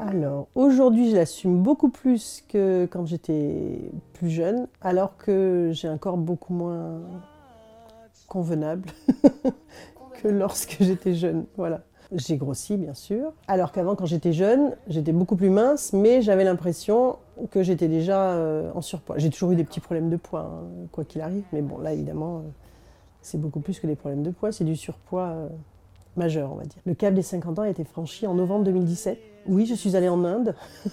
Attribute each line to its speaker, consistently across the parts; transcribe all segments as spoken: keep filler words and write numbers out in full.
Speaker 1: Alors, aujourd'hui, je l'assume beaucoup plus que quand j'étais plus jeune, alors que j'ai un corps beaucoup moins convenable que lorsque j'étais jeune. Voilà. J'ai grossi, bien sûr. Alors qu'avant, quand j'étais jeune, j'étais beaucoup plus mince, mais j'avais l'impression que j'étais déjà euh, en surpoids. J'ai toujours eu des petits problèmes de poids, hein, quoi qu'il arrive. Mais bon, là, évidemment, euh, c'est beaucoup plus que des problèmes de poids. C'est du surpoids euh, majeur, on va dire. Le cap des cinquante ans a été franchi en novembre deux mille dix-sept. Oui, je suis allée en Inde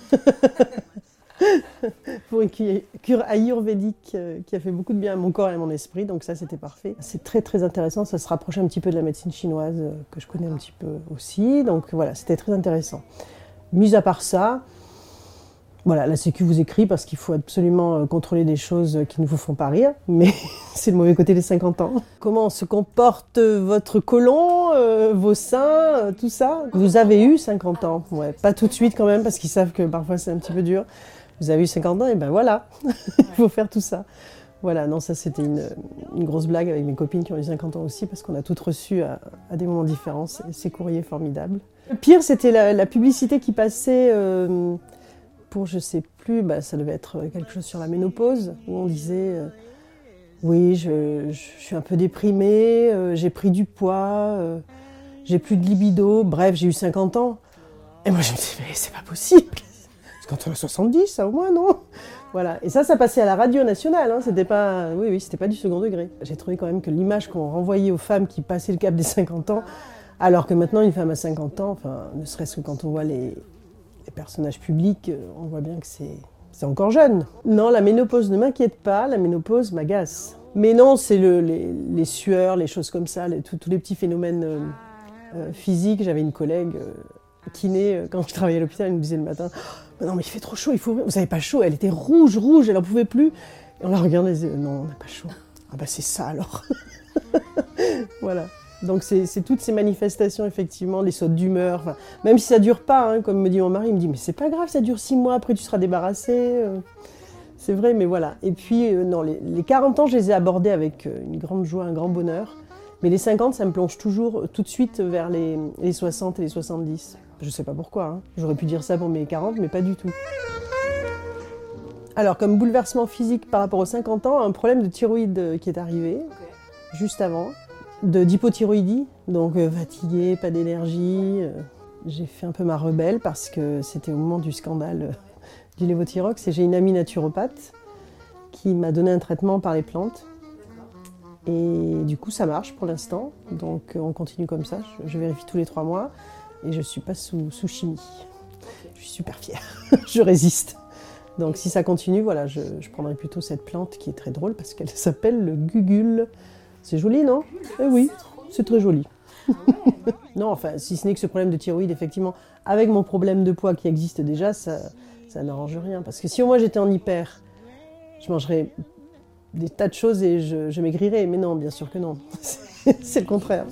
Speaker 1: pour une cure ayurvédique qui a fait beaucoup de bien à mon corps et à mon esprit, donc ça c'était parfait. C'est très très intéressant, ça se rapproche un petit peu de la médecine chinoise que je connais un petit peu aussi, donc voilà, c'était très intéressant. Mis à part ça, voilà, la Sécu vous écrit parce qu'il faut absolument contrôler des choses qui ne vous font pas rire, mais c'est le mauvais côté des cinquante ans. Comment se comporte votre côlon, euh, vos seins, euh, tout ça. Vous avez eu cinquante ans, ouais, pas tout de suite quand même, parce qu'ils savent que parfois c'est un petit peu dur. Vous avez eu cinquante ans, et ben voilà, il faut faire tout ça. Voilà, non, ça c'était une, une grosse blague avec mes copines qui ont eu cinquante ans aussi, parce qu'on a toutes reçu à, à des moments différents ces courriers formidables. Le pire, c'était la, la publicité qui passait... Euh, pour je sais plus, bah, ça devait être quelque chose sur la ménopause, où on disait euh, oui, je, je suis un peu déprimée, euh, j'ai pris du poids, euh, j'ai plus de libido, bref, j'ai eu cinquante ans. Et moi je me disais, mais c'est pas possible, c'est quand on a soixante-dix, ça au moins, non? Voilà, et ça, ça passait à la radio nationale, hein. C'était pas, oui, oui, c'était pas du second degré. J'ai trouvé quand même que l'image qu'on renvoyait aux femmes qui passaient le cap des cinquante ans, alors que maintenant une femme à cinquante ans, enfin, ne serait-ce que quand on voit les... les personnages publics, on voit bien que c'est, c'est encore jeune. Non, la ménopause ne m'inquiète pas, la ménopause m'agace. Mais non, c'est le, les, les sueurs, les choses comme ça, les, tous, tous les petits phénomènes euh, euh, physiques. J'avais une collègue euh, kiné, euh, quand je travaillais à l'hôpital, elle me disait le matin oh, « Non mais il fait trop chaud, il faut ouvrir. » Vous n'avez pas chaud, elle était rouge, rouge, elle n'en pouvait plus. Et on la regardait, elle disait « Non, on n'a pas chaud. » Ah bah c'est ça alors. Voilà. Donc c'est, c'est toutes ces manifestations, effectivement, les sautes d'humeur, enfin, même si ça dure pas, hein, comme me dit mon mari, il me dit « Mais c'est pas grave, ça dure six mois, après tu seras débarrassé. Euh, » C'est vrai, mais voilà. Et puis, euh, non, les, les quarante ans, je les ai abordés avec une grande joie, un grand bonheur. Mais les cinquante, ça me plonge toujours tout de suite vers les, les soixante et les soixante-dix. Je sais pas pourquoi, hein. J'aurais pu dire ça pour mes quarante, mais pas du tout. Alors, comme bouleversement physique par rapport aux cinquante ans, un problème de thyroïde qui est arrivé, okay, juste avant. De, d'hypothyroïdie, donc euh, fatiguée, pas d'énergie. Euh, j'ai fait un peu ma rebelle parce que c'était au moment du scandale euh, du lévothyrox et j'ai une amie naturopathe qui m'a donné un traitement par les plantes. Et du coup, ça marche pour l'instant. Donc, euh, on continue comme ça. Je, je vérifie tous les trois mois et je ne suis pas sous, sous chimie. Je suis super fière. Je résiste. Donc, si ça continue, voilà, je, je prendrai plutôt cette plante qui est très drôle parce qu'elle s'appelle le gugule. C'est joli, non? Eh oui, c'est très joli. Non, enfin, si ce n'est que ce problème de thyroïde, effectivement, avec mon problème de poids qui existe déjà, ça, ça n'arrange rien. Parce que si au moins j'étais en hyper, je mangerais des tas de choses et je, je maigrirais. Mais non, bien sûr que non. C'est le contraire.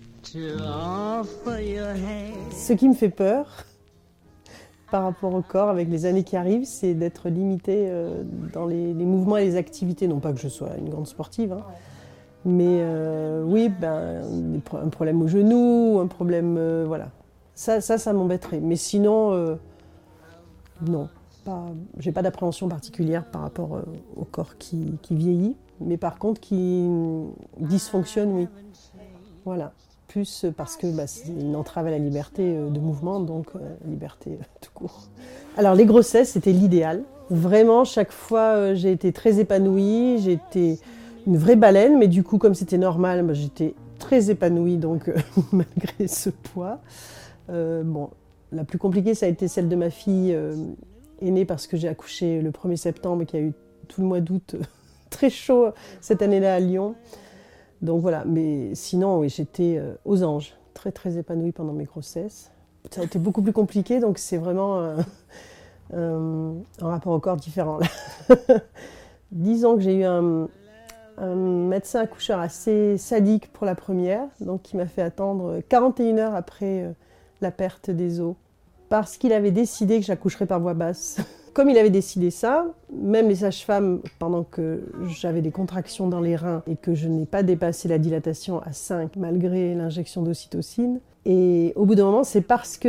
Speaker 1: Ce qui me fait peur, par rapport au corps, avec les années qui arrivent, c'est d'être limitée euh, dans les, les mouvements et les activités. Non pas que je sois une grande sportive, hein. Mais euh, oui, ben, un problème au genou, un problème... Euh, voilà. Ça, ça, ça m'embêterait. Mais sinon, euh, non. Pas, j'ai pas d'appréhension particulière par rapport euh, au corps qui, qui vieillit. Mais par contre, qui dysfonctionne, oui. Voilà. Plus parce que bah, c'est une entrave à la liberté de mouvement, donc euh, liberté euh, tout court. Alors, les grossesses, c'était l'idéal. Vraiment, chaque fois, euh, j'ai été très épanouie. J'ai été... une vraie baleine, mais du coup, comme c'était normal, bah, j'étais très épanouie, donc euh, malgré ce poids. Euh, bon, la plus compliquée, ça a été celle de ma fille euh, aînée, parce que j'ai accouché le premier septembre et qu'il y a eu tout le mois d'août euh, très chaud cette année-là à Lyon. Donc voilà, mais sinon, oui, j'étais euh, aux anges, très très épanouie pendant mes grossesses. Ça a été beaucoup plus compliqué, donc c'est vraiment euh, euh, un rapport au corps différent. Disons que j'ai eu un... un médecin accoucheur assez sadique pour la première, donc qui m'a fait attendre quarante et une heures après euh, la perte des os, parce qu'il avait décidé que j'accoucherais par voie basse. Comme il avait décidé ça, même les sages-femmes, pendant que j'avais des contractions dans les reins et que je n'ai pas dépassé la dilatation à cinq malgré l'injection d'ocytocine, et au bout d'un moment, c'est parce que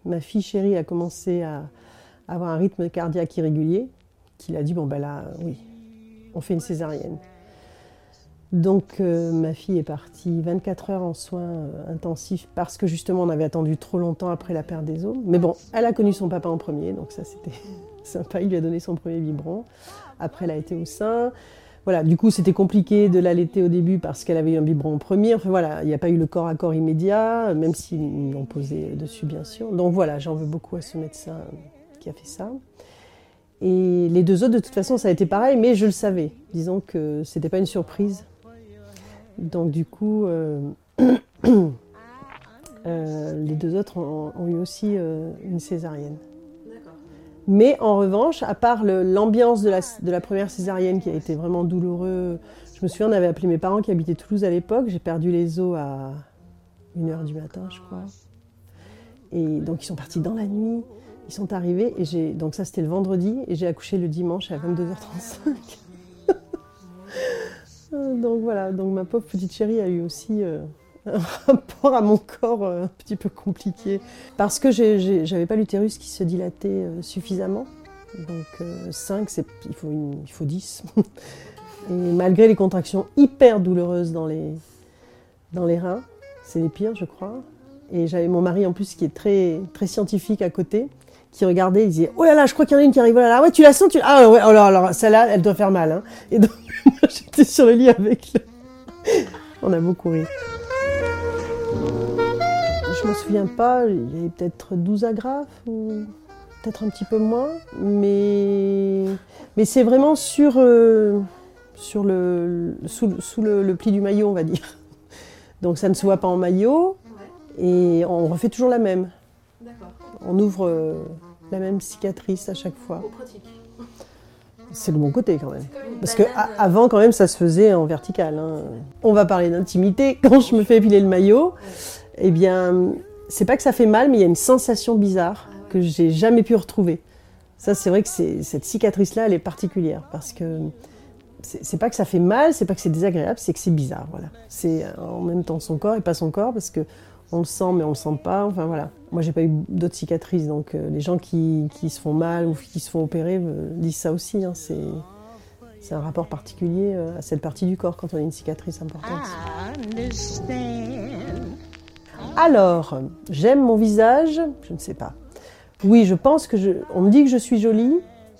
Speaker 1: ma fille chérie a commencé à avoir un rythme cardiaque irrégulier, qu'il a dit, bon ben là, oui, on fait une césarienne. Donc euh, ma fille est partie vingt-quatre heures en soins euh, intensifs parce que justement on avait attendu trop longtemps après la perte des os. Mais bon, elle a connu son papa en premier, donc ça c'était sympa, il lui a donné son premier biberon. Après elle a été au sein. Voilà, du coup c'était compliqué de l'allaiter au début parce qu'elle avait eu un biberon en premier. Enfin voilà, il n'y a pas eu le corps à corps immédiat, même s'ils l'ont posé dessus bien sûr. Donc voilà, j'en veux beaucoup à ce médecin qui a fait ça. Et les deux autres de toute façon ça a été pareil, mais je le savais. Disons que c'était pas une surprise. Donc du coup, euh, euh, les deux autres ont, ont eu aussi euh, une césarienne. D'accord. Mais en revanche, à part le, l'ambiance de la, de la première césarienne qui a été vraiment douloureuse, je me souviens, on avait appelé mes parents qui habitaient Toulouse à l'époque, j'ai perdu les os à une heure du matin, je crois. Et donc ils sont partis dans la nuit, ils sont arrivés, et j'ai, donc ça c'était le vendredi, et j'ai accouché le dimanche à vingt-deux heures trente-cinq. Donc voilà, donc ma pauvre petite chérie a eu aussi euh, un rapport à mon corps euh, un petit peu compliqué. Parce que j'ai, j'ai, j'avais pas l'utérus qui se dilatait euh, suffisamment. Donc euh, cinq, c'est, il, faut une, il faut dix. Et malgré les contractions hyper douloureuses dans les, dans les reins, c'est les pires je crois. Et j'avais mon mari en plus qui est très, très scientifique à côté, qui regardait, il disait « Oh là là, je crois qu'il y en a une qui arrive, oh là là, ouais, tu la sens tu... Ah ouais, alors, alors celle-là, elle doit faire mal. Hein. » Et donc, moi, j'étais sur le lit avec le... On a beaucoup ri. Je me souviens pas, il y avait peut-être douze agrafes, ou peut-être un petit peu moins, mais, mais c'est vraiment sur, euh, sur le, sous, sous le, le pli du maillot, on va dire. Donc ça ne se voit pas en maillot, et on refait toujours la même. D'accord. On ouvre euh, la même cicatrice à chaque fois. Oh, pratique. C'est le bon côté quand même. Parce qu'avant, quand même, ça se faisait en vertical. Hein. On va parler d'intimité. Quand je me fais épiler le maillot, eh bien, c'est pas que ça fait mal, mais il y a une sensation bizarre que j'ai jamais pu retrouver. Ça, c'est vrai que c'est, cette cicatrice-là, elle est particulière. Parce que c'est, c'est pas que ça fait mal, c'est pas que c'est désagréable, c'est que c'est bizarre. Voilà. C'est en même temps son corps et pas son corps, parce que on le sent, mais on le sent pas. Enfin voilà. Moi, j'ai pas eu d'autres cicatrices, donc euh, les gens qui, qui se font mal ou qui se font opérer euh, disent ça aussi. Hein. C'est, c'est un rapport particulier euh, à cette partie du corps quand on a une cicatrice importante. Alors, j'aime mon visage, je ne sais pas. Oui, je pense que je. On me dit que je suis jolie.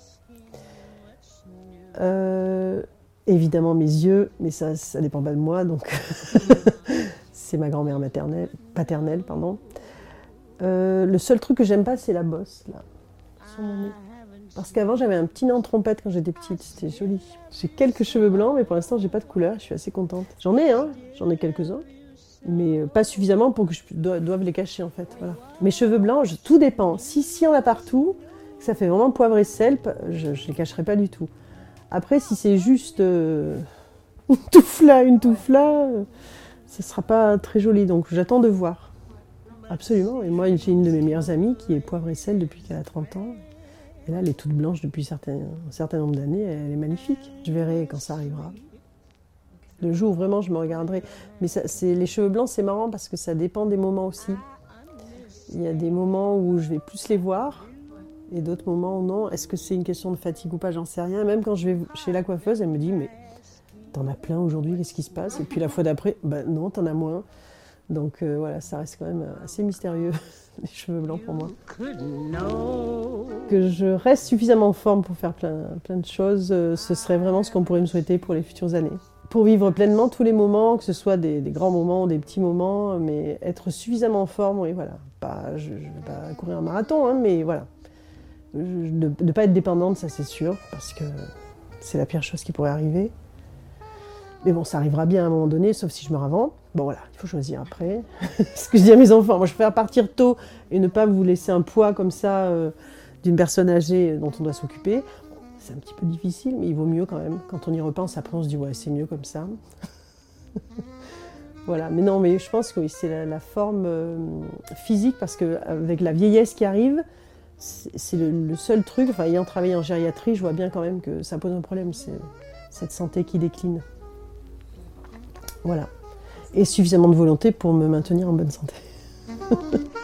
Speaker 1: Euh, évidemment mes yeux, mais ça, ça dépend pas de moi, donc. C'est ma grand-mère maternelle, paternelle, pardon. Euh, le seul truc que j'aime pas, c'est la bosse, là, sur mon nez. Parce qu'avant, j'avais un petit nez en trompette quand j'étais petite, c'était joli. J'ai quelques cheveux blancs, mais pour l'instant, j'ai pas de couleur, je suis assez contente. J'en ai, hein, j'en ai quelques-uns, mais pas suffisamment pour que je doive les cacher, en fait, voilà. Mes cheveux blancs, je, tout dépend. Si, si on a partout, ça fait vraiment poivre et sel, je, je les cacherai pas du tout. Après, si c'est juste euh, une touffe là, une touffe là... Euh, ce ne sera pas très joli, donc j'attends de voir. Absolument, et moi j'ai une de mes meilleures amies qui est poivre et sel depuis qu'elle a trente ans. Et là, elle est toute blanche depuis certains, un certain nombre d'années, elle est magnifique. Je verrai quand ça arrivera. Le jour où vraiment je me regarderai. Mais ça, c'est, les cheveux blancs, c'est marrant parce que ça dépend des moments aussi. Il y a des moments où je vais plus les voir, et d'autres moments où non. Est-ce que c'est une question de fatigue ou pas, j'en sais rien. Même quand je vais chez la coiffeuse, elle me dit « mais t'en as plein aujourd'hui, qu'est-ce qui se passe ?» Et puis la fois d'après, ben non, t'en as moins. Donc euh, voilà, ça reste quand même assez mystérieux, les cheveux blancs pour moi. Que je reste suffisamment en forme pour faire plein, plein de choses, euh, ce serait vraiment ce qu'on pourrait me souhaiter pour les futures années. Pour vivre pleinement tous les moments, que ce soit des, des grands moments, des petits moments, mais être suffisamment en forme, oui, voilà. Pas, je ne vais pas courir un marathon, hein, mais voilà. Je, de ne pas être dépendante, ça c'est sûr, parce que c'est la pire chose qui pourrait arriver. Mais bon, ça arrivera bien à un moment donné, sauf si je me ravente. Bon voilà, il faut choisir après. Ce que je dis à mes enfants, moi je préfère partir tôt et ne pas vous laisser un poids comme ça euh, d'une personne âgée dont on doit s'occuper. C'est un petit peu difficile, mais il vaut mieux quand même. Quand on y repense, après on se dit ouais, c'est mieux comme ça. Voilà, mais non, mais je pense que oui, c'est la, la forme euh, physique, parce qu'avec la vieillesse qui arrive, c'est, c'est le, le seul truc, enfin ayant travaillé en gériatrie, je vois bien quand même que ça pose un problème, c'est cette santé qui décline. Voilà. Et suffisamment de volonté pour me maintenir en bonne santé.